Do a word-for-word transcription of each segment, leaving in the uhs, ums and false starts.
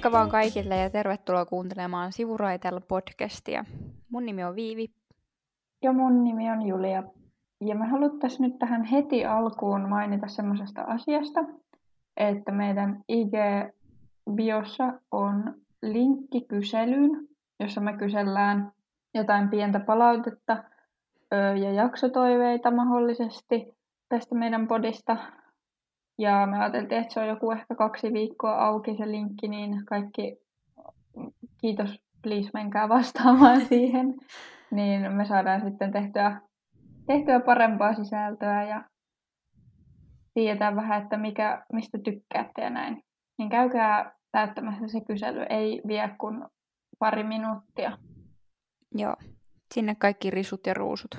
Moikka vaan kaikille ja tervetuloa kuuntelemaan Sivuraiteella podcastia. Mun nimi on Viivi. Ja mun nimi on Julia. Ja me haluttaisiin nyt tähän heti alkuun mainita semmoisesta asiasta, että meidän I G-biossa on linkki kyselyyn, jossa me kysellään jotain pientä palautetta ja jaksotoiveita mahdollisesti tästä meidän podista. Ja me ajateltiin, että se on joku ehkä kaksi viikkoa auki se linkki, niin kaikki kiitos, please menkää vastaamaan siihen. Niin me saadaan sitten tehtyä, tehtyä parempaa sisältöä ja tiedetään vähän, että mikä, mistä tykkäätte ja näin. Niin käykää täyttämässä se kysely, ei vie kuin pari minuuttia. Joo, sinne kaikki risut ja ruusut.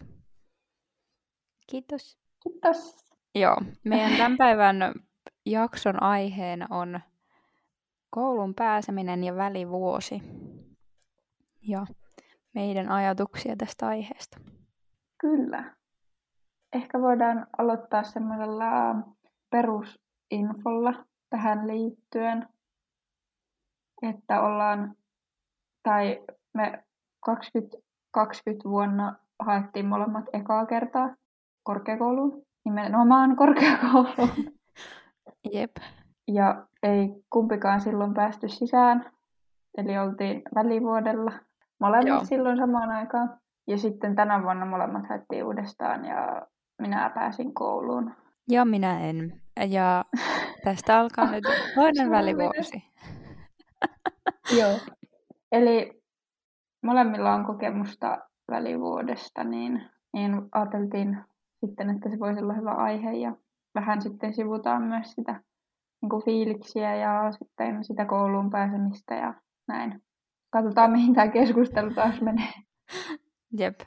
Kiitos. Kiitos. Joo, meidän tämän päivän jakson aiheena on koulun pääseminen ja välivuosi. Ja meidän ajatuksia tästä aiheesta. Kyllä. Ehkä voidaan aloittaa semmoisella perusinfolla tähän liittyen, että ollaan, tai me kaksituhattakaksikymmentä vuonna haettiin molemmat ekaa kertaa korkeakouluun, nimenomaan korkeakouluun. Jep. Ja ei kumpikaan silloin päästy sisään, eli oltiin välivuodella molemmat Joo. silloin samaan aikaan. Ja sitten tänä vuonna molemmat haettiin uudestaan ja minä pääsin kouluun. Ja minä en. Ja tästä alkaa nyt toinen välivuosi. Joo. Eli molemmilla on kokemusta välivuodesta, niin, niin ajateltiin sitten, että se voisi olla hyvä aihe. Ja vähän sitten sivutaan myös sitä niin kuin fiiliksiä ja sitten sitä kouluun pääsemistä ja näin. Katsotaan, mihin tämä keskustelu taas menee. Jep.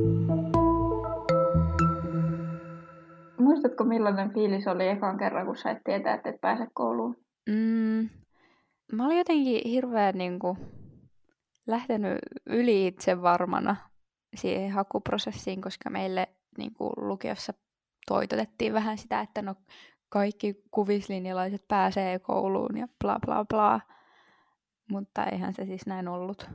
Muistatko, millainen fiilis oli ekan kerran, kun sait tietää, että et pääse kouluun? Mm, mä olin jotenkin hirveän niin kuin, lähtenyt yli itse varmana siihen hakuprosessiin, koska meille niin kuin, lukiossa toitotettiin vähän sitä, että no, kaikki kuvislinjalaiset pääsee kouluun ja bla bla bla. Mutta eihän se siis näin ollut.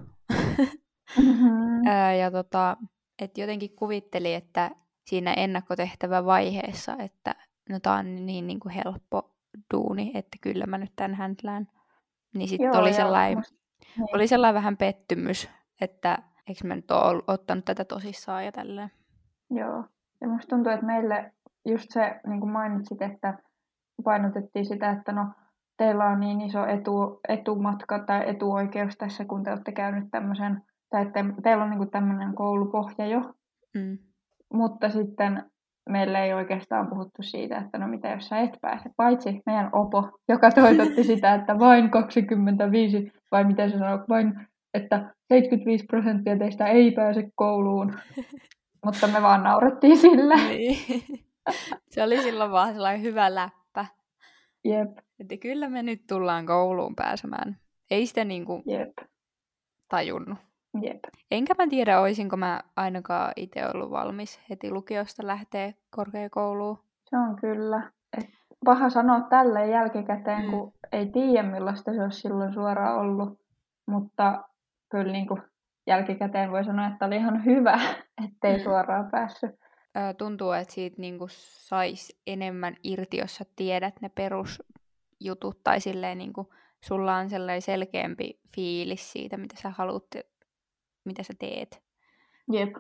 Mm-hmm. ja tota, et jotenkin kuvitteli, että siinä ennakkotehtävävaiheessa, että no tää on niin, niin kuin helppo duuni, että kyllä mä nyt tän häntlään. Niin sitten oli sellainen, niin. oli sellainen vähän pettymys, että eikö mä nyt ole ottanut tätä tosissaan ja tälleen. Joo, ja musta tuntuu, että meille just se, niin kuin mainitsit, että painotettiin sitä, että no teillä on niin iso etu, etumatka tai etuoikeus tässä, kun te olette käynyt tämmöisen, tai että teillä on niin kuin tämmöinen koulupohja jo. Mm. Mutta sitten meillä ei oikeastaan puhuttu siitä, että no mitä jos sä et pääse. Paitsi meidän opo, joka toitotti sitä, että vain kaksikymmentäviisi, vai miten se sanoo, vain, että seitsemänkymmentäviisi prosenttia teistä ei pääse kouluun. Mutta me vaan naurettiin sille. Niin. Se oli silloin vaan sellainen hyvä läppä. Jep. Että kyllä me nyt tullaan kouluun pääsemään. Ei sitä niinku Jep. tajunnut. Jep. Enkä mä tiedä, olisinko mä ainakaan itse ollut valmis heti lukiosta lähteä korkeakouluun. Se on kyllä. Et paha sanoa tälleen jälkikäteen, Mm. kun ei tiedä millaista se olisi silloin suoraan ollut. Mutta kyllä niin kuin jälkikäteen voi sanoa, että oli ihan hyvä, ettei mm. suoraan päässyt. Tuntuu, että siitä niinku saisi enemmän irti, jos sä tiedät ne perusjutut. Tai silleen niinku, sulla on sellainen selkeämpi fiilis siitä, mitä sä haluat, mitä sä teet. Jep.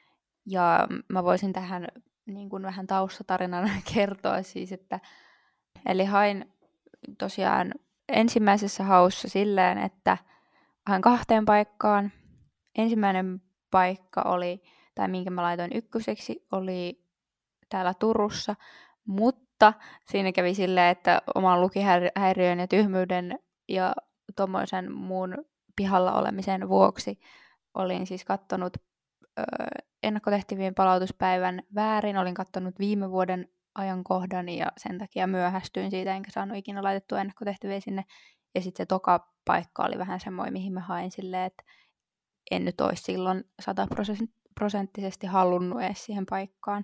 Ja mä voisin tähän niin kuin vähän taustatarinaana kertoa siis, että eli hain tosiaan ensimmäisessä haussa silleen, että hain kahteen paikkaan. Ensimmäinen paikka oli, tai minkä mä laitoin ykköseksi, oli täällä Turussa, mutta siinä kävi silleen, että oman lukihäiriön ja tyhmyyden ja tommoisen muun pihalla olemisen vuoksi olin siis kattonut ö, ennakkotehtävien palautuspäivän väärin. Olin kattonut viime vuoden ajankohdan ja sen takia myöhästyin siitä, enkä saanut ikinä laitettua ennakkotehtäviä sinne. Ja sitten se toka paikka oli vähän semmoinen, mihin mä hain silleen, että en nyt olisi silloin sataprosenttisesti halunnut edes siihen paikkaan.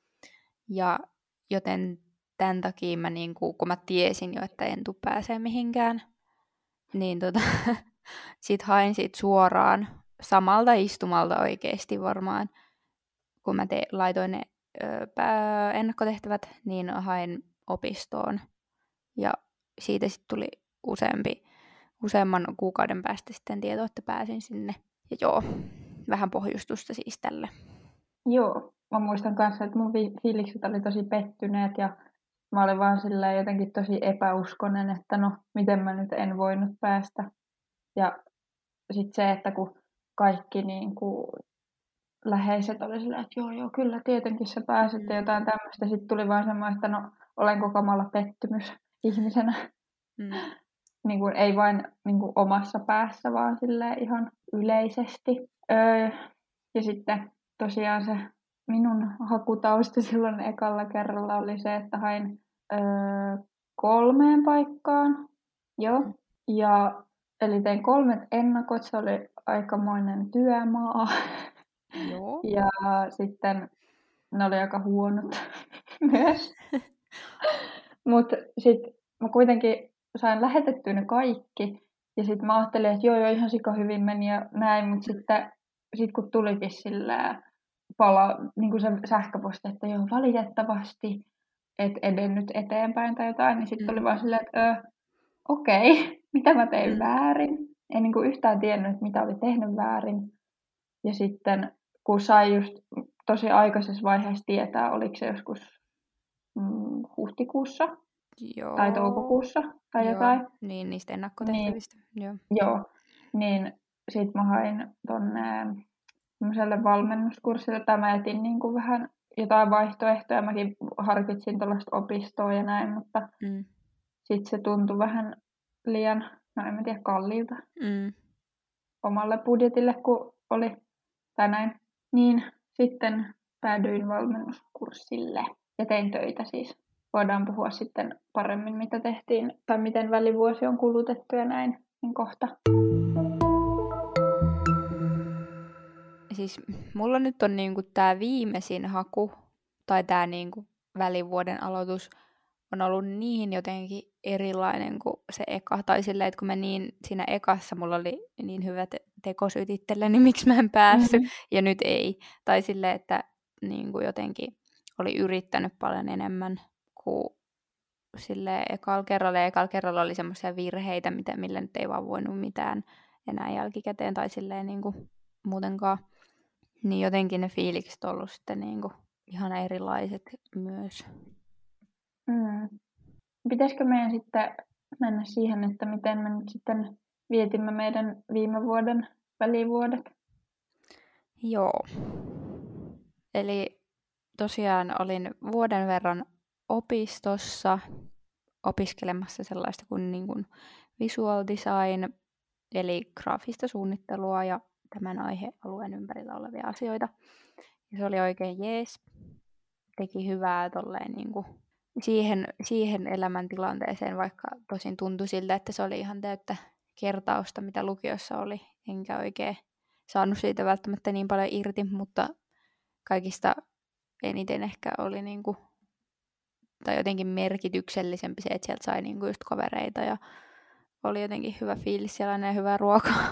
Ja joten tämän takia mä, niin kun, kun mä tiesin jo, että en tule pääsee mihinkään, Niin tota, sit hain sit suoraan samalta istumalta oikeesti varmaan, kun mä te, laitoin ne ö, pää, ennakkotehtävät, niin hain opistoon. Ja siitä sitten tuli useampi, useamman kuukauden päästä sitten tieto, että pääsin sinne. Ja joo, vähän pohjustusta siis tälle. Joo, mä muistan kanssa, että mun fi- fiilikset oli tosi pettyneet ja mä olin vaan silleen jotenkin tosi epäuskonen, että no, miten mä nyt en voinut päästä. Ja sitten se, että kun kaikki niin kuin läheiset oli silleen, että joo, joo, kyllä tietenkin sä pääset ja jotain tämmöistä. Sitten tuli vaan semmoista, että no, olenko kamala pettymys ihmisenä. Mm. Niin kuin, ei vain niin kuin omassa päässä, vaan silleen ihan yleisesti. Öö, ja sitten tosiaan se minun hakutausta silloin ekalla kerralla oli se, että hain öö, kolmeen paikkaan. Joo. Ja, eli tein kolmet ennakot, se oli aikamoinen työmaa. Joo. Ja sitten ne oli aika huonot myös. Mutta sitten mä kuitenkin sain lähetettyä ne kaikki. Ja sitten mä ajattelin, että joo, joo, ihan sika hyvin meni ja näin. Mutta sitten sit kun tulikin sillä pala, niin kuin se sähköposti, että joo, valitettavasti et edennyt eteenpäin tai jotain, niin sitten Mm. oli vaan silleen, että okei, okay, mitä mä tein Mm. väärin. En niin kuin yhtään tiennyt, että mitä oli tehnyt väärin. Ja sitten kun sai just tosi aikaisessa vaiheessa tietää, oliko se joskus mm, huhtikuussa Joo. tai toukokuussa tai Joo. jotain. Niin, niistä ennakkotehtävistä. Niin, joo. Joo, niin sit mä hain tonne semmoiselle valmennuskurssille, tai mä etin niin kuin vähän jotain vaihtoehtoja. Mäkin harkitsin tuollaista opistoa ja näin, mutta Mm. sit se tuntui vähän liian, no en mä tiedä, kalliilta Mm. omalle budjetille, kun oli, tai näin. Niin sitten päädyin valmennuskurssille ja tein töitä siis. Voidaan puhua sitten paremmin, mitä tehtiin, tai miten välivuosi on kulutettu ja näin, niin kohta. Siis mulla nyt on niinku tää viimeisin haku, tai tää niinku välivuoden aloitus, on ollut niin jotenkin erilainen kuin se eka. Tai silleen, että kun mä niin siinä ekassa mulla oli niin hyvät tekosyyt itselle, niin miksi mä en päässyt, Mm-hmm. ja nyt ei. Tai silleen, että niin kuin jotenkin oli yrittänyt paljon enemmän kuin silleen ekalla kerralla. Ja ekalla kerralla oli semmoisia virheitä, mitä, millä nyt ei vaan voinut mitään enää jälkikäteen tai silleen niin kuin muutenkaan. Niin jotenkin ne fiilikset on ollut sitten niin kuin ihan erilaiset myös. Mm. Pitäisikö meidän sitten mennä siihen, että miten me nyt sitten vietimme meidän viime vuoden välivuodet? Joo. Eli tosiaan olin vuoden verran opistossa opiskelemassa sellaista kuin, niin kuin visual design, eli graafista suunnittelua ja tämän aihealueen ympärillä olevia asioita. Ja se oli oikein jees. Teki hyvää tolleen niin kuin siihen, siihen elämäntilanteeseen, vaikka tosin tuntui siltä, että se oli ihan täyttä kertausta, mitä lukiossa oli. Enkä oikein saanut siitä välttämättä niin paljon irti, mutta kaikista eniten ehkä oli niinku, tai jotenkin merkityksellisempi se, että sieltä sai niinku just kavereita ja oli jotenkin hyvä fiilis siellä ja hyvää ruokaa.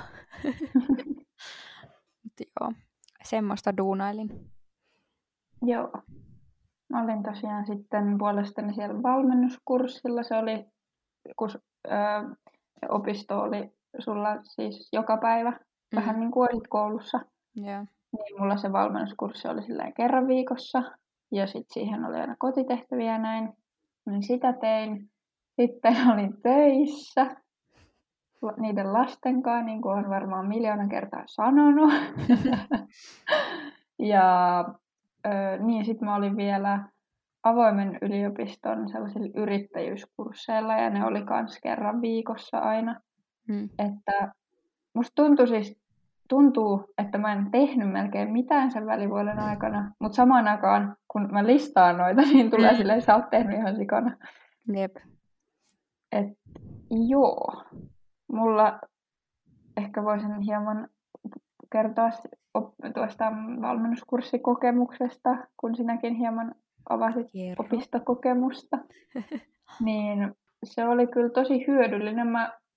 Mutta joo, semmoista duunailin. Joo. Mä olin tosiaan sitten puolestani siellä valmennuskurssilla. Se oli, kun ö, opisto oli sulla siis joka päivä, mm. vähän niin kuin olit koulussa. Yeah. Niin mulla se valmennuskurssi oli silleen kerran viikossa. Ja sitten siihen oli aina kotitehtäviä ja näin. Niin sitä tein. Sitten olin töissä niiden lasten kanssa, niin kuin olen varmaan miljoona kertaa sanonut. ja ö, niin sitten mä olin vielä avoimen yliopiston sellaisilla yrittäjyyskursseilla ja ne oli kans kerran viikossa aina. Hmm. Että musta tuntuu siis, tuntuu, että mä en tehnyt melkein mitään sen välivuoden aikana, mutta samaan aikaan, kun mä listaan noita, niin tulee mm. silleen, sä oot tehnyt ihan sikana. Jep. Et joo, mulla ehkä voisin hieman kertoa tuosta valmennuskurssikokemuksesta, kun sinäkin hieman avasit Kerro. opistokokemusta. Niin se oli kyllä tosi hyödyllinen. Mä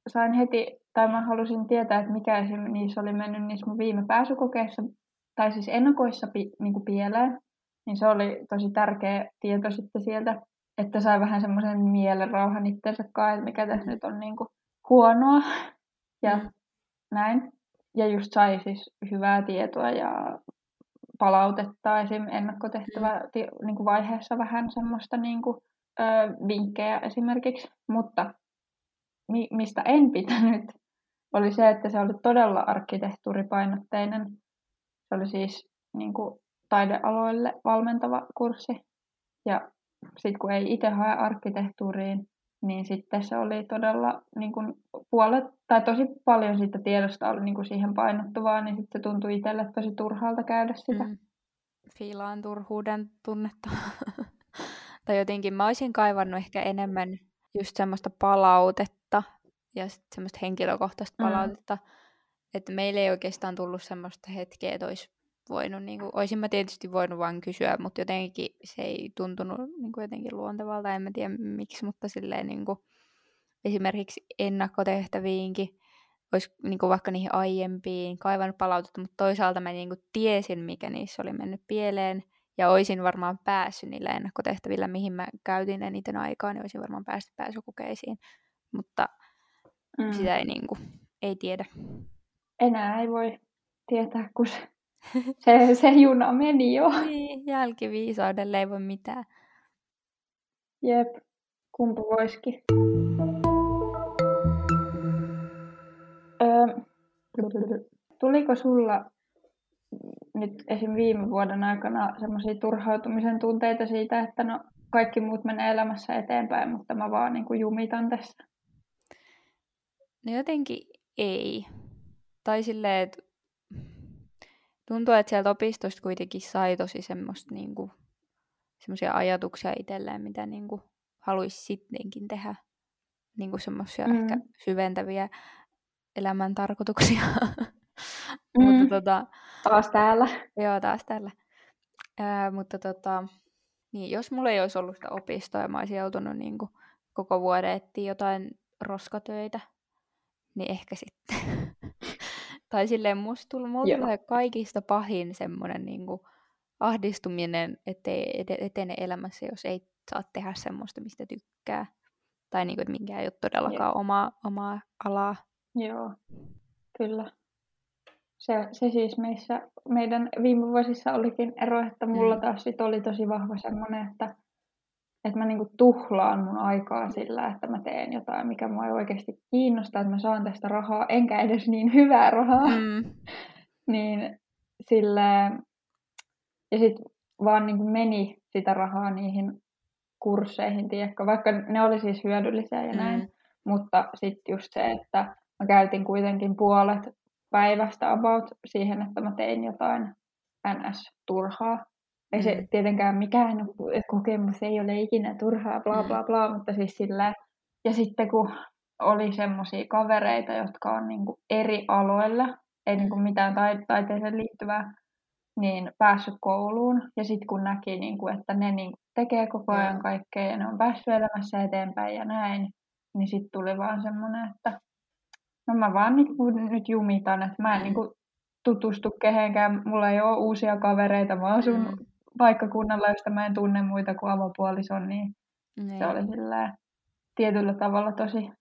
sain heti, tai mä halusin tietää, että mikä esimerkiksi niissä oli mennyt niissä mun viime pääsykokeissa, tai siis ennakoissa pi, niin kuin pieleen, niin se oli tosi tärkeä tieto sitten sieltä, että sai vähän semmoisen mielenrauhan itsensä kanssa, että mikä tässä mm. nyt on niin kuin huonoa ja mm. näin. Ja just sai siis hyvää tietoa ja palautetta esim. Ennakkotehtävä mm. niin kuin vaiheessa vähän semmoista niin kuin, ö, vinkkejä esimerkiksi, mutta mi- mistä en pitänyt, oli se, että se oli todella arkkitehtuuripainotteinen. Se oli siis niin kuin, taidealoille valmentava kurssi. Ja sitten kun ei itse hae arkkitehtuuriin, niin sitten se oli todella niin kuin puolet, tai tosi paljon siitä tiedosta oli niin kuin siihen painottuvaa, niin sitten se tuntui itselle tosi turhalta käydä sitä. Mm. Fiilaan turhuuden tunnetta. Tai jotenkin mä olisin kaivannut ehkä enemmän just semmoista palautetta ja sitten semmoista henkilökohtaista mm. palautetta, että meille ei oikeastaan tullut semmoista hetkeä, että olisi voinut, niin kuin, olisin mä tietysti voinut vaan kysyä, mutta jotenkin se ei tuntunut niin kuin jotenkin luontevalta, en mä tiedä miksi, mutta silleen niin kuin, esimerkiksi ennakkotehtäviinkin olisi niin kuin vaikka niihin aiempiin kaivannut palautetta, mutta toisaalta mä niin kuin tiesin, mikä niissä oli mennyt pieleen, ja olisin varmaan päässyt niillä ennakkotehtävillä, mihin mä käytin eniten aikaa, niin olisin varmaan päässyt pääsykokeisiin, mutta mm. sitä ei, niin kuin, ei tiedä. Enää ei voi tietää, kun se, se, se juna meni jo. Niin, jälkiviisaudelle ei voi mitään. Jep, kumpa voisikin. Öö, tuliko sulla nyt esim. Viime vuoden aikana semmoisia turhautumisen tunteita siitä, että no kaikki muut menee elämässä eteenpäin, mutta mä vaan niin kuin jumitan tässä? No jotenkin ei. Tai silleen, että tuntuu, että sieltä opistosta kuitenkin sai tosi semmoista niinku, semmoisia ajatuksia itselleen, mitä niinku haluaisi sittenkin tehdä. Niinku semmoisia mm. ehkä syventäviä elämän tarkoituksia. Mm. mutta tota, taas täällä. Joo, taas täällä. Ää, mutta tota, niin, jos mulla ei olisi ollut sitä opistoa ja mä olisin joutunut niinku koko vuoden etsiä jotain roskatöitä, niin ehkä sitten. Tai silleen musta tullut, mulla tulee kaikista pahin semmoinen niinku ahdistuminen, ettei etene elämässä, jos ei saa tehdä semmoista, mistä tykkää. Tai niinku, että minkään ei ole todellakaan omaa, omaa alaa. Joo, kyllä. Se, se siis meissä, meidän viime vuosissa olikin ero, että mulla mm. taas sit oli tosi vahva semmoinen, että, että mä niinku tuhlaan mun aikaa sillä, että mä teen jotain, mikä mua ei oikeasti kiinnostaa, että mä saan tästä rahaa, enkä edes niin hyvää rahaa. Mm. niin silleen, ja sitten vaan niinku meni sitä rahaa niihin kursseihin, tiedätkö, vaikka ne oli siis hyödyllisiä ja näin, mm. mutta sitten just se, että mä käytin kuitenkin puolet päivästä about siihen, että mä tein jotain N S-turhaa. Ei mm. se tietenkään mikään kokemus ei ole ikinä turhaa, bla bla bla, mm. mutta siis sillä. Ja sitten kun oli semmosia kavereita, jotka on niinku eri aloilla, ei niinku mitään taiteeseen liittyvää, niin päässyt kouluun. Ja sitten kun näki, niinku, että ne niinku tekee koko ajan mm. kaikkea ja ne on päässyt elämässä eteenpäin ja näin, niin sitten tuli vaan semmoinen, että no mä vaan niinku nyt jumitan, että mä en mm. niinku tutustu kehenkään, mulla ei ole uusia kavereita, mä asun mm. paikkakunnalla, josta mä en tunne muita kuin avopuolison, niin mm. se oli sillä tietyllä tavalla tosi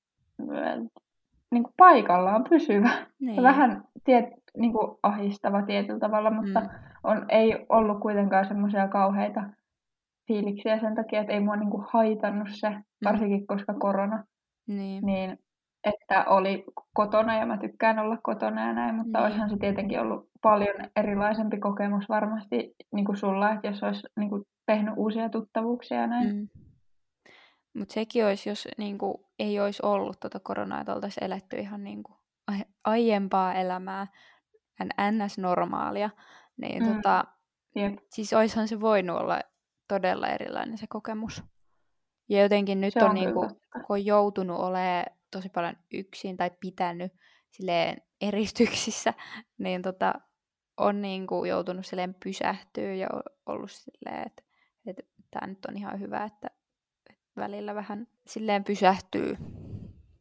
niinku paikallaan pysyvä. Mm. Vähän tiet, niinku ahistava tietyllä tavalla, mutta mm. on, ei ollut kuitenkaan semmoisia kauheita fiiliksiä sen takia, että ei mua niinku haitannut se, varsinkin koska korona. Niin. niin että oli kotona ja mä tykkään olla kotona ja näin, mutta mm. olisihan se tietenkin ollut paljon erilaisempi kokemus varmasti niin kuin sulla, että jos olisi niin kuin tehnyt uusia tuttavuuksia ja näin. Mm. Mutta sekin olisi, jos niin kuin, ei olisi ollut tuota koronaa, että oltaisiin eletty ihan niin kuin, aiempaa elämää, ns-normaalia, niin mm. tota, Jep. siis olisihan se voinut olla todella erilainen se kokemus. Ja jotenkin nyt se on, on niin kuin, kun on joutunut olemaan tosi paljon yksin tai pitänyt silleen eristyksissä, niin tota, on niin kuin joutunut silleen pysähtyä ja ollut silleen, että, että tämä nyt on ihan hyvä, että, että välillä vähän silleen pysähtyy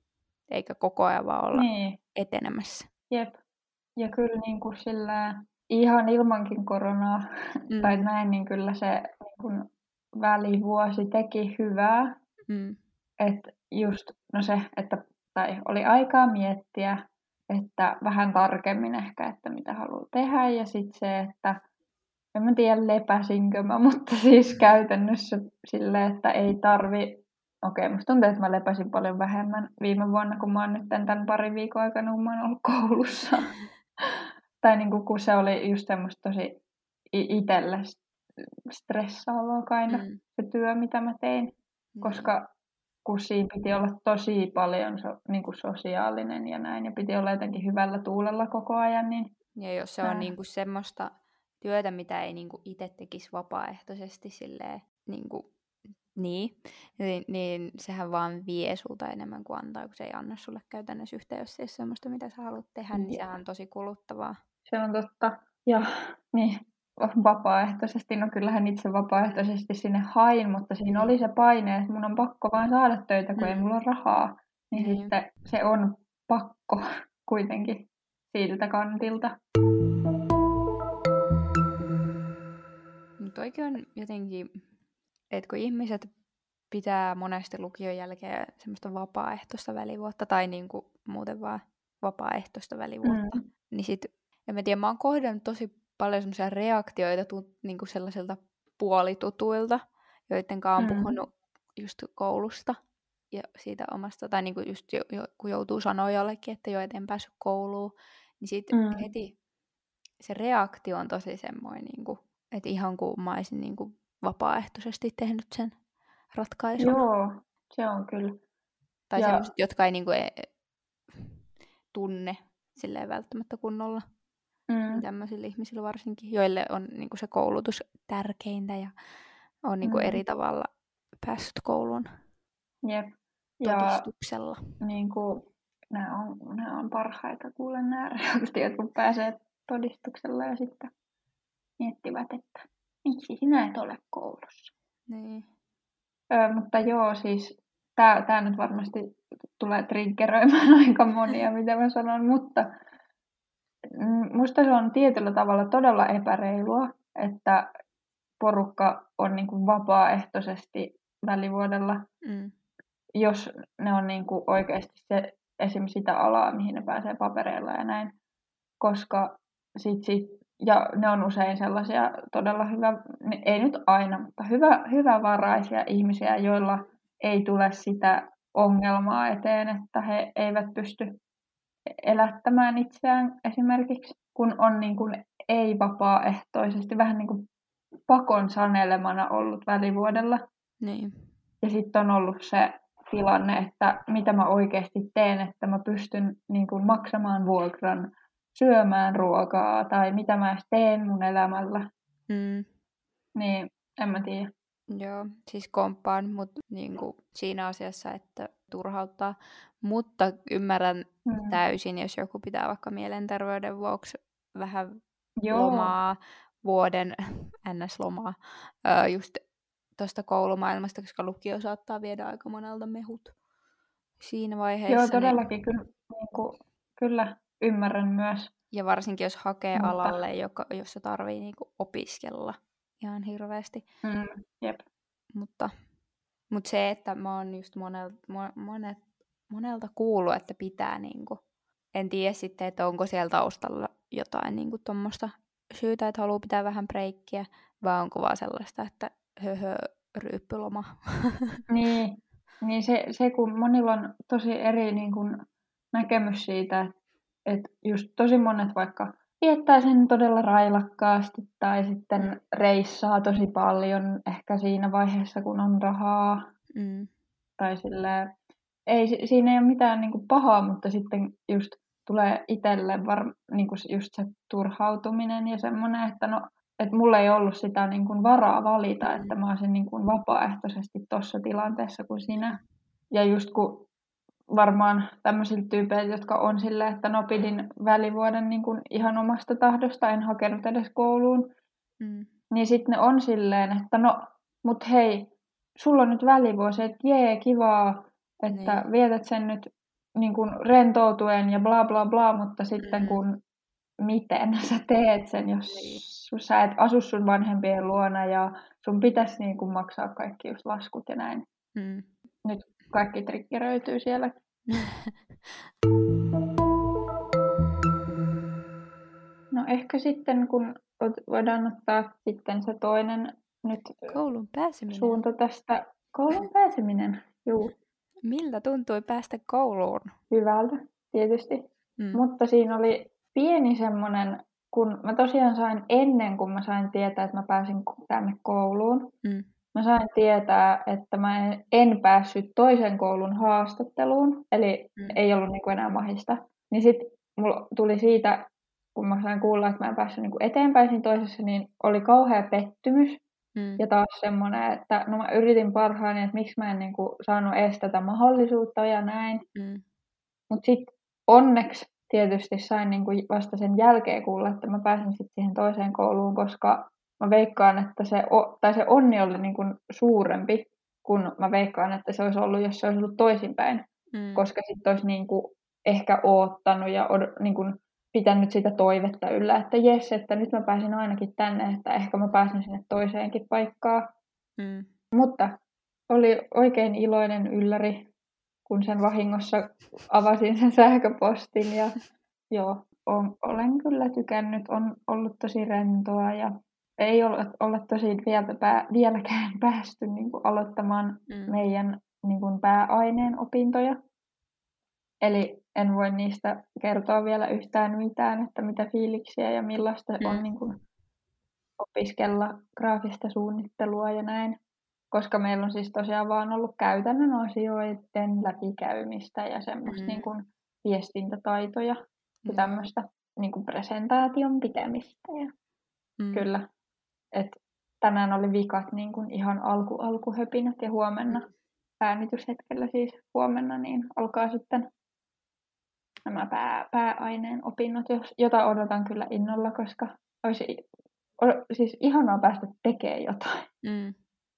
eikä koko ajan vaan olla Niin, etenemässä. jep. Ja kyllä niin kuin sillä ihan ilmankin koronaa Mm. tai näin, niin kyllä se niin kuin välivuosi teki hyvää. Mm. Että just no se, että tai oli aikaa miettiä, että vähän tarkemmin ehkä, että mitä haluaa tehdä. Ja sitten se, että en mä tiedä lepäsinkö mä, mutta siis käytännössä silleen, että ei tarvi. Okei, musta tuntuu, että mä lepäsin paljon vähemmän viime vuonna, kun mä oon nyt tämän parin viikon aikana, kun mä oon ollut koulussa. Tai niin kuin, kun se oli just semmoista tosi itselle stressaavaa kinda, Mm. se työ, mitä mä tein. Koska kun siinä piti olla tosi paljon so, niin kuin sosiaalinen ja näin, ja piti olla jotenkin hyvällä tuulella koko ajan. Niin Ja jos se Ää. on niinku semmoista työtä, mitä ei niinku itse tekisi vapaaehtoisesti silleen, niinku, niin, niin, niin sehän vaan vie sulta enemmän kuin antaa, kun se ei anna sulle käytännössä yhtään, jos se ei ole semmoista, mitä sä haluat tehdä, niin Jep. sehän on tosi kuluttavaa. Se on totta. Ja niin, vapaaehtoisesti, no kyllähän itse vapaaehtoisesti sinne hain, mutta siinä Mm. oli se paine, että mun on pakko vaan saada töitä, kun Mm. ei mulla ole rahaa. Niin Niin. sitten se on pakko kuitenkin siltä kantilta. Mutta oikein on jotenkin, että kun ihmiset pitää monesti lukion jälkeen semmoista vapaaehtoista välivuotta tai niinku muuten vaan vapaaehtoista välivuotta, Mm. niin sit, en mä tiedä, mä oon kohdannut tosi paljon semmoisia reaktioita tu, niinku sellaisilta puolitutuilta, joiden kanssa on Mm. puhunut just koulusta ja siitä omasta, tai niinku just jo, jo, kun joutuu sanoa jollekin, että jo et en päässyt kouluun, niin sitten Mm. heti se reaktio on tosi semmoinen, niinku, että ihan kuin mä olisin niinku vapaaehtoisesti tehnyt sen ratkaisun. Joo, se on kyllä. Tai Ja sellaiset, jotka ei niinku e- tunne silleen välttämättä kunnolla. Niin mm. tämmöisillä ihmisillä varsinkin, joille on niinku se koulutus tärkeintä ja on niinku Mm. eri tavalla päässyt kouluun Jep. Ja todistuksella. niin kuin, nämä on, nämä on parhaita kuulla nämä reaktiot, kun pääsee todistuksella ja sitten miettivät, että miksi sinä et ole koulussa. Niin. Ö, mutta joo, siis tämä tää nyt varmasti tulee triggeröimään aika monia, mitä mä sanon, mutta mm, musta se on tietyllä tavalla todella epäreilua, että porukka on niin kuin vapaaehtoisesti välivuodella, Mm. jos ne on niin kuin oikeasti se, esimerkiksi sitä alaa, mihin ne pääsee papereilla ja näin, koska sit, sit, ja ne on usein sellaisia todella hyvä, ei nyt aina, mutta hyvä, hyvävaraisia ihmisiä, joilla ei tule sitä ongelmaa eteen, että he eivät pysty elättämään itseään esimerkiksi, kun on niin kuin ei-vapaaehtoisesti, vähän niin kuin pakon sanelemana ollut välivuodella. Niin. Ja sitten on ollut se tilanne, että mitä mä oikeasti teen, että mä pystyn niin kuin maksamaan vuokran, syömään ruokaa tai mitä mä edes teen mun elämällä. Mm. Niin en mä tiedä. Joo, siis komppaan mut niinku siinä asiassa, että turhauttaa, mutta ymmärrän Mm. täysin, jos joku pitää vaikka mielenterveyden vuoksi vähän Joo. lomaa, vuoden N S-lomaa, öö, just tuosta koulumaailmasta, koska lukio saattaa viedä aika monelta mehut siinä vaiheessa. Joo, Niin, todellakin kyllä, niin kuin, kyllä ymmärrän myös. ja varsinkin jos hakee Mutta- alalle, joka, jossa tarvii niinku opiskella ihan hirveästi. Mm, jep. Mutta, mutta se, että mä oon just monelta, monet, monelta kuullut, että pitää niinku, en tiedä sitten, että onko siellä taustalla jotain niinku tommoista syytä, että haluaa pitää vähän breikkiä, vai onko vaan sellaista, että höhö, ryyppyloma. Niin, niin se, se, kun monilla on tosi eri niin kun, näkemys siitä, että just tosi monet vaikka viettää sen todella railakkaasti tai sitten reissaa tosi paljon ehkä siinä vaiheessa, kun on rahaa. Mm. Tai silleen, ei, si- siinä ei ole mitään niin kuin pahaa, mutta sitten just tulee itselle var, niin kuin just se turhautuminen ja semmoinen, että no, että mulla ei ollut sitä niin kuin varaa valita, että mä olisin niin kuin vapaaehtoisesti tuossa tilanteessa kuin sinä. Ja just kun varmaan tämmöisillä tyypeillä, jotka on silleen, että no pidin välivuoden niin kuin ihan omasta tahdosta, en hakenut edes kouluun, Mm. niin sitten ne on silleen, että no, mut hei, sulla on nyt välivuosi, että jee, kivaa, että Niin. vietät sen nyt niin kuin rentoutuen ja bla bla bla, mutta sitten Mm. kun miten sä teet sen, jos Niin. sä et asu sun vanhempien luona ja sun pitäisi niin kuin maksaa kaikki just laskut ja näin. Mm. Nyt kaikki triggeröityy siellä. No ehkä sitten, kun voidaan ottaa sitten se toinen nyt Koulun pääseminen. suunta tästä. Koulun pääseminen, juu. Miltä tuntui päästä kouluun? Hyvältä, tietysti. Mm. Mutta siinä oli pieni semmoinen, kun mä tosiaan sain ennen kuin mä sain tietää, että mä pääsin tänne kouluun, Mm. mä sain tietää, että mä en, en päässyt toisen koulun haastatteluun, eli Mm. ei ollut niin kuin enää mahista. Niin sitten mulla tuli siitä, kun mä sain kuulla, että mä en päässyt niin kuin eteenpäin siinä toisessa, niin oli kauhea pettymys. Mm. Ja taas semmoinen, että no mä yritin parhaani, että miksi mä en niin kuin saanut edes tätä mahdollisuutta ja näin. Mm. Mutta sitten onneksi tietysti sain niin kuin vasta sen jälkeen kuulla, että mä pääsin sitten siihen toiseen kouluun, koska mä veikkaan, että se, tai se onni oli niin kuin suurempi, kun mä veikkaan, että se olisi ollut, jos se olisi ollut toisinpäin. Mm. Koska sitten olisi niin kuin ehkä oottanut ja od, niin kuin pitänyt sitä toivetta yllä, että jes, että nyt mä pääsin ainakin tänne, että ehkä mä pääsin sinne toiseenkin paikkaan. Mm. Mutta oli oikein iloinen ylläri, kun sen vahingossa avasin sen sähköpostin ja joo, on, olen kyllä tykännyt, on ollut tosi rentoa ja ei ole, ole tosi vielä pää, vieläkään päästy niin kuin aloittamaan Mm. meidän niin kuin pääaineen opintoja. Eli en voi niistä kertoa vielä yhtään mitään, että mitä fiiliksiä ja millaista Mm. on niin kuin opiskella graafista suunnittelua ja näin. Koska meillä on siis tosiaan vaan ollut käytännön asioiden läpikäymistä ja semmoista Mm. niin kuin viestintätaitoja ja Joo. tämmöistä niin kuin presentaation pitämistä. Ja Mm. kyllä, että tänään oli vikat niin kuin ihan alku alkuhöpinät ja huomenna äänityshetkellä siis huomenna niin alkaa sitten nämä pää, pääaineen opinnot, jota odotan kyllä innolla, koska olisi siis ihanaa päästä tekemään jotain. Mm.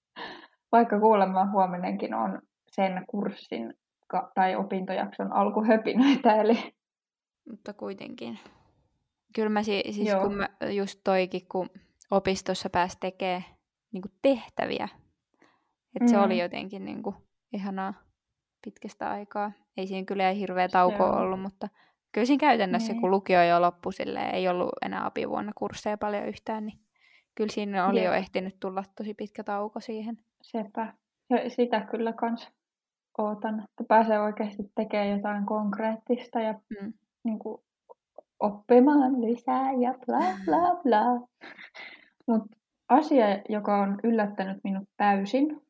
Vaikka kuulemma huomenenkin on sen kurssin tai opintojakson alkuhöpinöitä, eli Mutta kuitenkin. Kyllä mä si- siis joo. kun mä just toikin, kun opistossa pääsi tekemään niin kuin tehtäviä. Että Mm. se oli jotenkin niin kuin ihanaa pitkästä aikaa. Ei siinä kyllä hirveä tauko Joo. ollut, mutta kyllä siinä käytännössä, Niin. kun lukio jo loppui silleen, ei ollut enää apivuonna kursseja paljon yhtään, niin kyllä siinä oli Jep. jo ehtinyt tulla tosi pitkä tauko siihen. Sepä. Ja sitä kyllä kans ootan, että pääsee oikeasti tekemään jotain konkreettista ja Mm. niin kuin, oppimaan lisää ja bla bla bla. Mutta asia, joka on yllättänyt minut täysin,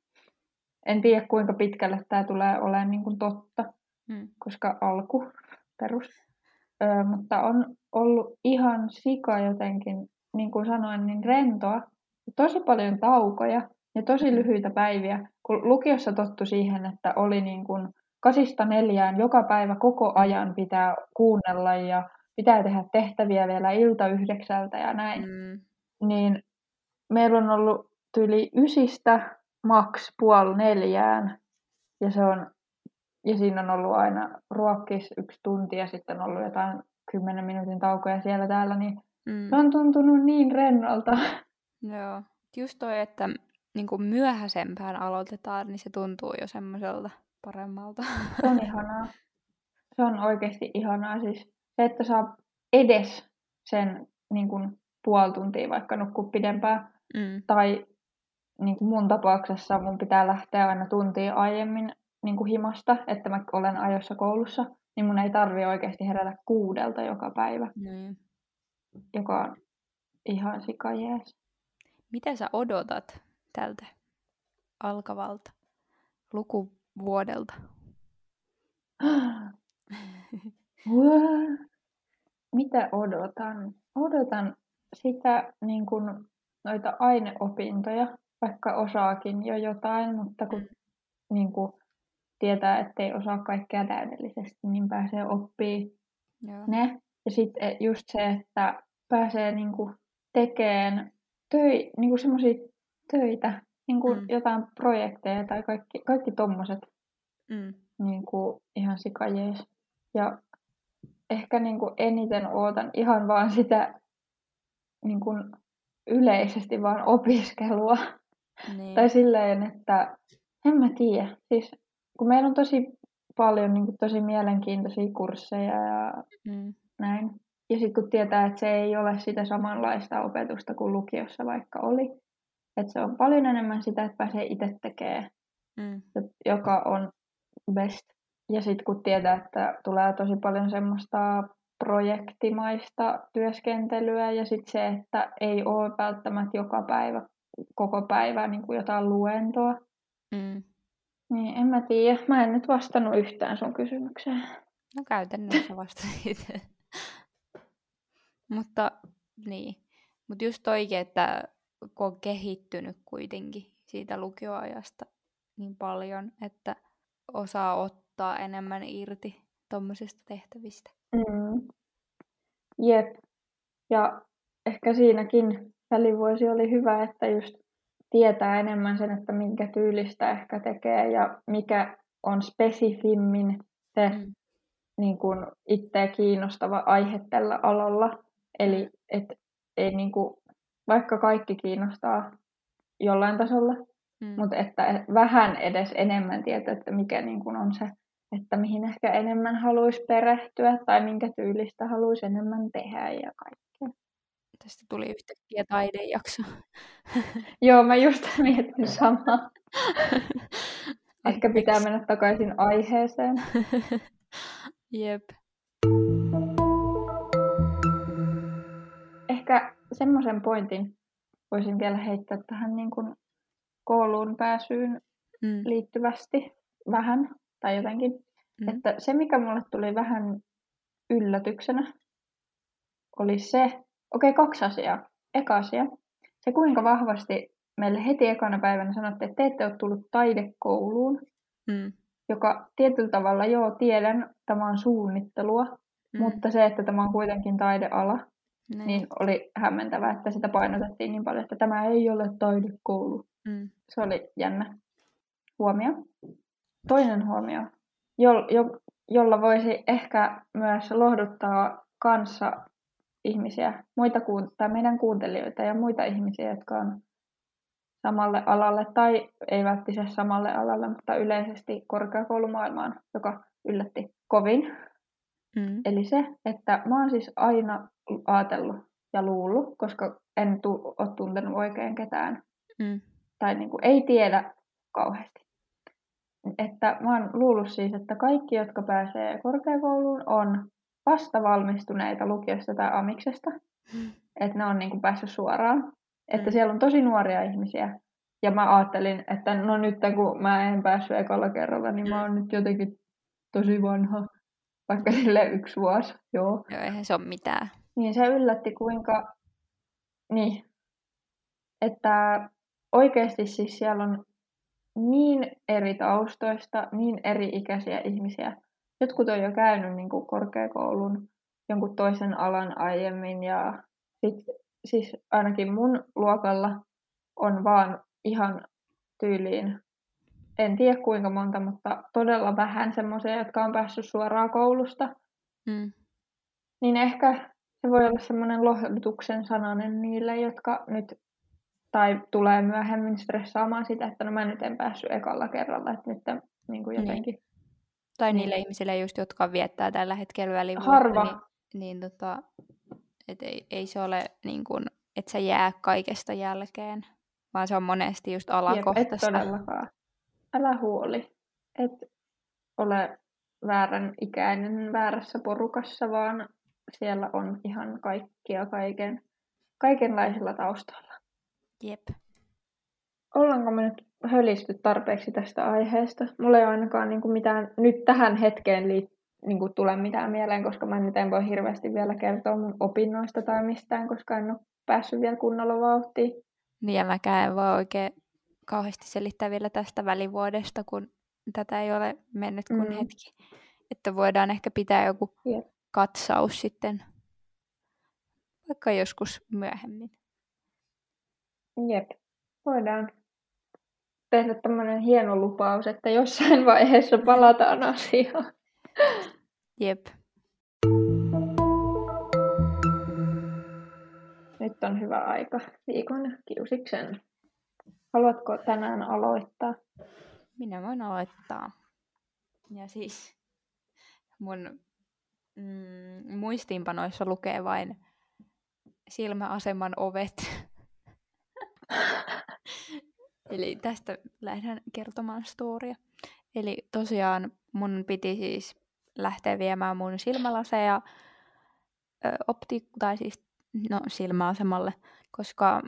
en tiedä kuinka pitkälle tämä tulee olemaan niin kuin totta, Mm. koska alku, perus, öö, mutta on ollut ihan sika jotenkin, niin kuin sanoin, niin rentoa, tosi paljon taukoja ja tosi Mm. lyhyitä päiviä, kun lukiossa tottu siihen, että oli niin kuin kasista neljään joka päivä koko ajan pitää kuunnella ja pitää tehdä tehtäviä vielä ilta yhdeksältä ja näin, Mm. niin meillä on ollut tyyli ysistä maks puoli neljään ja se on ja siinä on ollut aina ruokkis yksi tunti ja sitten on ollut jotain kymmenen minuutin taukoja siellä täällä, niin Mm. se on tuntunut niin rennolta. Joo. Just toi, että niin kuin myöhäisempään aloitetaan, niin se tuntuu jo semmoiselta paremmalta. Se on ihanaa. Se on oikeasti ihanaa. Siis se, että saa edes sen niin kuin puoli tuntia vaikka nukkua pidempään. Mm. Tai niin kuin mun tapauksessa mun pitää lähteä aina tuntia aiemmin niin kuin himasta, että mä olen ajoissa koulussa. Niin mun ei tarvi oikeasti herätä kuudelta joka päivä, Mm. joka on ihan sikajees. Mitä sä odotat tältä alkavalta lukuvuodelta? Mitä odotan? Odotan sitä niin kuin noita aineopintoja, vaikka osaakin jo jotain, mutta kun niin kuin tietää, ettei osaa kaikkea täydellisesti, niin pääsee oppimaan Joo. ne. Ja sitten just se, että pääsee niin kuin tekemään töi, niin kuin semmoisia töitä, niin kuin Mm. jotain projekteja tai kaikki, kaikki tommoset Mm. niin kuin ihan sikajees. Ja ehkä niin kuin eniten ootan ihan vaan sitä niin kuin yleisesti vaan opiskelua. Niin. Tai silleen, että en mä tiedä. Siis, kun meillä on tosi paljon niin kuin, tosi mielenkiintoisia kursseja ja Mm. näin. Ja sitten kun tietää, että se ei ole sitä samanlaista opetusta kuin lukiossa vaikka oli. Että se on paljon enemmän sitä, että pääsee itse tekemään, Mm. joka on best. Ja sitten kun tietää, että tulee tosi paljon semmoista projektimaista työskentelyä ja sitten se, että ei ole välttämättä joka päivä, koko päivä niin kuin jotain luentoa. Mm. Niin en mä tiedä. Mä en nyt vastannut yhtään sun kysymykseen. No käytännössä vastasit. Mutta niin. Mut just toikin, että kun on kehittynyt kuitenkin siitä lukioajasta niin paljon, että osaa ottaa enemmän irti tommosista tehtävistä. Mm. Jep. Ja ehkä siinäkin välivuosi oli hyvä, että just tietää enemmän sen, että minkä tyylistä ehkä tekee ja mikä on spesifimmin se Mm. niin kuin itseä kiinnostava aihe tällä alalla. Eli et, ei niin kuin, vaikka kaikki kiinnostaa jollain tasolla, Mm. mutta että vähän edes enemmän tietää, että mikä niin kuin on se, että mihin ehkä enemmän haluaisi perehtyä tai minkä tyylistä haluaisi enemmän tehdä ja kaikkea. Tästä tuli yhtäkkiä taidejakso. Joo, mä just mietin samaa. Ehkä pitää mennä takaisin aiheeseen. Jep. Ehkä semmoisen pointin voisin vielä heittää tähän niin kuin kouluun pääsyyn Mm. liittyvästi vähän tai jotenkin. Mm. Että se, mikä mulle tuli vähän yllätyksenä, oli se, okei, okay, kaksi asiaa. Eka asia, se kuinka vahvasti meille heti ekana päivänä sanottiin, että te ette ole tullut taidekouluun, Mm. joka tietyllä tavalla, joo, tiedän, tämä on suunnittelua, Mm. mutta se, että tämä on kuitenkin taideala, Näin. niin oli hämmentävää, että sitä painotettiin niin paljon, että tämä ei ole taidekoulu. Mm. Se oli jännä huomio. Toinen huomio, jo, jo, jolla voisi ehkä myös lohduttaa kanssa ihmisiä, muita kuun, tai meidän kuuntelijoita ja muita ihmisiä, jotka on samalle alalle, tai ei välttämättä samalle alalle, mutta yleisesti korkeakoulumaailmaan, joka yllätti kovin. Mm. Eli se, että mä oon siis aina ajatellut ja luullut, koska en tu- ole tuntenut oikein ketään, Mm. tai niin kuin ei tiedä kauheasti. Että mä oon luullut siis, että kaikki, jotka pääsee korkeakouluun, on vasta valmistuneita lukiosta tai amiksesta. Mm. Että ne on niin kuin päässyt suoraan. Että Mm. siellä on tosi nuoria ihmisiä. Ja mä ajattelin, että no nyt kun mä en päässyt ekalla kerralla, niin mä oon nyt jotenkin tosi vanha. Vaikka sille yksi vuosi, joo. Joo, eihän se ole mitään. Niin se yllätti kuinka, niin, että oikeasti siis siellä on niin eri taustoista, niin eri ikäisiä ihmisiä. Jotkut on jo käynyt niin kuin korkeakoulun jonkun toisen alan aiemmin ja sit, siis ainakin mun luokalla on vaan ihan tyyliin, en tiedä kuinka monta, mutta todella vähän semmoisia, jotka on päässyt suoraan koulusta. Mm. Niin ehkä se voi olla semmoinen lohdutuksen sananen niille, jotka nyt tai tulee myöhemmin stressaamaan sitä, että no mä nyt en päässyt ekalla kerralla, että nyt niin kuin jotenkin. Niin. Tai Niin. niille ihmisille just, jotka viettää tällä hetkellä välivuotta, Harva. niin, niin tota, et ei, ei se ole niin kuin, että sä jää kaikesta jälkeen, vaan se on monesti just alakohtaista. Jep, et todellakaan. Älä huoli. Et ole väärän ikäinen väärässä porukassa, vaan siellä on ihan kaikkia kaiken, kaikenlaisilla taustoilla. Jep. Ollaanko me nyt hölisty tarpeeksi tästä aiheesta? Mulla ei ole ainakaan niin kuin mitään nyt tähän hetkeen liittyen niin kuin tule mitään mieleen, koska mä nyt en voi hirveästi vielä kertoa mun opinnoista tai mistään, koska en ole päässyt vielä kunnolla vauhtiin. Niin ja mäkään en voi oikein kauheasti selittää vielä tästä välivuodesta, kun tätä ei ole mennyt kuin Mm. hetki. Että voidaan ehkä pitää joku Jep. katsaus sitten vaikka joskus myöhemmin. Jep, voidaan tehdä tämmöinen hieno lupaus, että jossain vaiheessa palataan asiaan. Jep. Nyt on hyvä aika viikon kiusiksen. Haluatko tänään aloittaa? Minä voin aloittaa. Ja siis mun mm, muistiinpanoissa lukee vain silmäaseman ovet. Eli tästä lähden kertomaan storia. Eli tosiaan mun piti siis lähteä viemään mun silmälaseja ö, opti- tai siis no, silmäasemalle, koska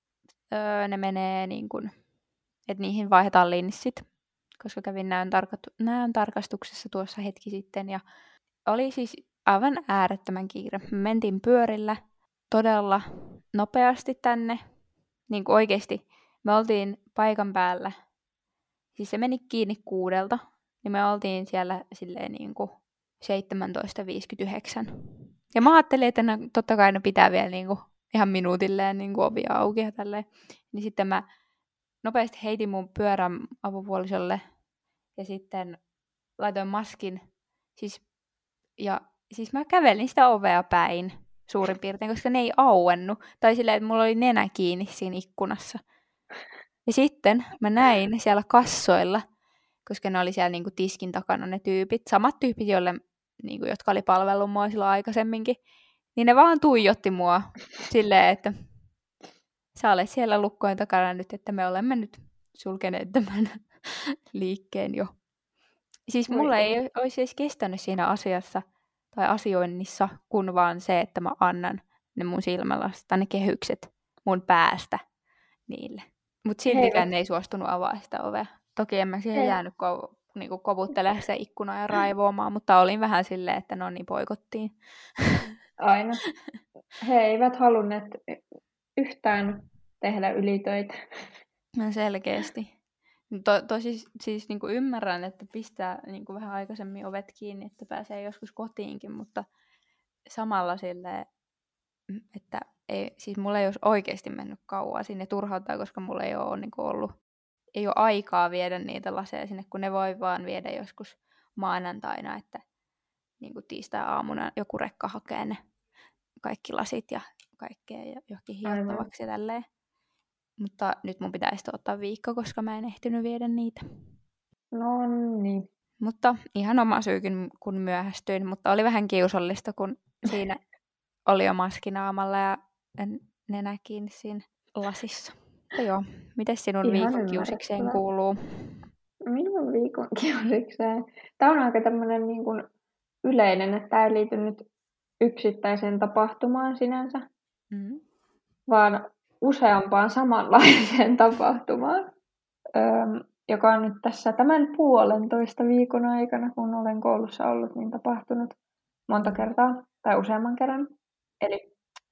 ö, ne menee niin kuin, että niihin vaihdetaan linssit, koska kävin näön, tarka- näön tarkastuksessa tuossa hetki sitten ja oli siis aivan äärettömän kiire. Me mentiin pyörillä todella nopeasti tänne, niin kuin oikeasti. Me oltiin paikan päällä, siis se meni kiinni kuudelta, niin me oltiin siellä silleen niin kuin seitsemäntoista viisikymmentäyhdeksän. Ja mä ajattelin, että ne, totta kai ne pitää vielä niin kuin ihan minuutilleen niin kuin ovia auki ja tälleen. Niin sitten mä nopeasti heitin mun pyörän avopuolisolle ja sitten laitoin maskin. Siis, ja siis mä kävelin sitä ovea päin suurin piirtein, koska ne ei auennut. Tai silleen, että mulla oli nenä kiinni siinä ikkunassa. Ja sitten mä näin siellä kassoilla, koska ne oli siellä niinku tiskin takana ne tyypit, samat tyypit, joille, niinku, jotka oli palvellut mua silloin aikaisemminkin, niin ne vaan tuijotti mua silleen, että sä olet siellä lukkojen takana nyt, että me olemme nyt sulkeneet tämän liikkeen jo. Siis mulla ei olisi edes kestänyt siinä asiassa tai asioinnissa, kun vaan se, että mä annan ne mun silmälasit tai ne kehykset mun päästä niille. Mutta siltikään ne ei suostunut avaa sitä ovea. Toki en mä siihen Hei. jäänyt ko- niinku kovuttelemaan se ikkuna ja raivoamaan, mutta olin vähän silleen, että no niin, poikottiin. Aina. He eivät halunneet yhtään tehdä ylitöitä. No selkeästi. To, tosi siis niinku ymmärrän, että pistää niinku vähän aikaisemmin ovet kiinni, että pääsee joskus kotiinkin, mutta samalla silleen, että ei, siis mulla ei olisi oikeasti mennyt kauan sinne turhauttaa, koska mulla ei ole niinku ollut, ei ole aikaa viedä niitä laseja sinne, kun ne voi vaan viedä joskus maanantaina, että niinku tiistai-aamuna joku rekka hakee ne kaikki lasit ja kaikkea johonkin hiottavaksi ja tälleen. Mutta nyt mun pitäisi ottaa viikko, koska mä en ehtinyt viedä niitä. No niin. Mutta ihan oma syykin, kun myöhästyin. Mutta oli vähän kiusallista, kun siinä oli jo maski naamalla ja nenä kiinni siinä lasissa. Mutta joo, miten sinun ihan viikon kiusikseen kuuluu? Minun viikon kiusikseen? Tämä on aika tämmöinen niin kuin yleinen, että tämä ei liity nyt yksittäiseen tapahtumaan sinänsä, mm-hmm. vaan useampaan samanlaiseen tapahtumaan, öö, joka on nyt tässä tämän puolentoista viikon aikana, kun olen koulussa ollut, niin tapahtunut monta kertaa tai useamman kerran. Eli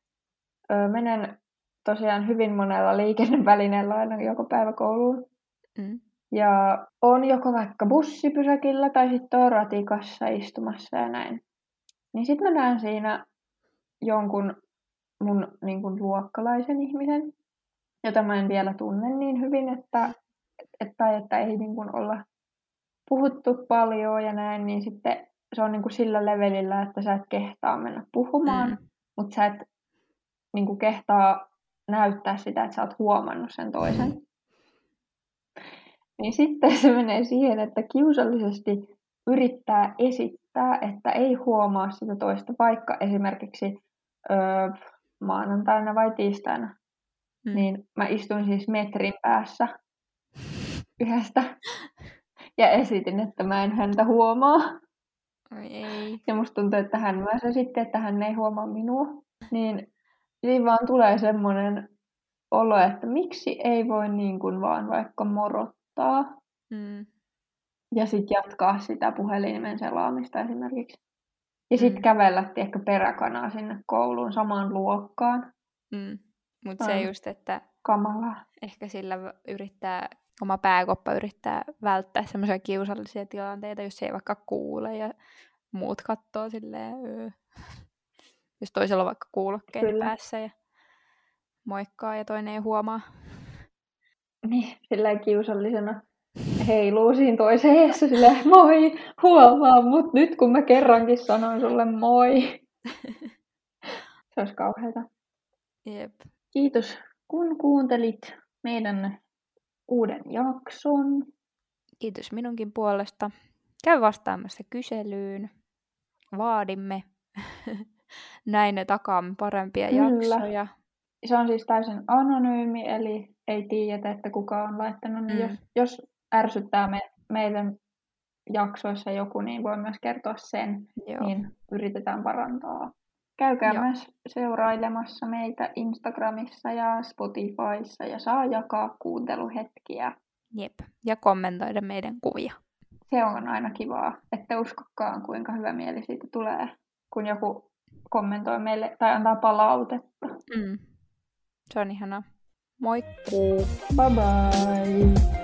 öö, menen tosiaan hyvin monella liikennevälineellä aina joka päivä kouluun. Mm. Ja on joko vaikka bussipysäkillä tai sitten on ratikassa istumassa ja näin. Niin sitten mä näen siinä jonkun mun niin kuin luokkalaisen ihmisen, jota mä en vielä tunne niin hyvin, että, että, että ei niin kuin olla puhuttu paljon ja näin, niin sitten se on niin kuin sillä levelillä, että sä et kehtaa mennä puhumaan, mm. mutta sä et niin kuin kehtaa näyttää sitä, että sä oot huomannut sen toisen. Niin sitten se menee siihen, että kiusallisesti yrittää esittää, että ei huomaa sitä toista, vaikka esimerkiksi öö, maanantaina vai tiistaina. Mm. Niin mä istuin siis metrin päässä yhdestä ja esitin, että mä en häntä huomaa. Oi ei. Ja musta tuntuu, että hän myös esitti, että hän ei huomaa minua. Niin siinä vaan tulee semmoinen olo, että miksi ei voi niin kuin vaan vaikka morottaa. Mm. Ja sitten jatkaa sitä puhelimen selaamista esimerkiksi. Ja sitten mm. kävellä ehkä peräkanaa sinne kouluun samaan luokkaan. Mm. Mutta se just, että kamalaa. Ehkä sillä yrittää, oma pääkoppa yrittää välttää semmoisia kiusallisia tilanteita, jos ei vaikka kuule ja muut katsoo silleen, öö. Jos toisella on vaikka kuulokkeet Kyllä. päässä ja moikkaa ja toinen ei huomaa. Niin, sillä kiusallisena heiluu siinä toiseen eessä silleen, moi, huomaa mut nyt kun mä kerrankin sanoin sulle moi. Se olisi kauheata. Jep. Kiitos kun kuuntelit meidän uuden jakson. Kiitos minunkin puolesta. Käy vastaamassa kyselyyn. Vaadimme. Näin ne takaamme parempia Kyllä. jaksoja. Se on siis täysin anonyymi, eli ei tiedetä, että kuka on laittanut. Niin Mm. jos, jos ärsyttää me, meidän jaksoissa joku, niin voi myös kertoa sen. Joo. Niin yritetään parantaa. Käykää Joo. myös seurailemassa meitä Instagramissa ja Spotifyssa ja saa jakaa kuunteluhetkiä. Jep. Ja kommentoida meidän kuvia. Se on aina kivaa, että uskokkaan kuinka hyvä mieli siitä tulee, kun joku kommentoi meille tai antaa palautetta. Mm. Se on ihanaa. Moikkuu! Bye bye!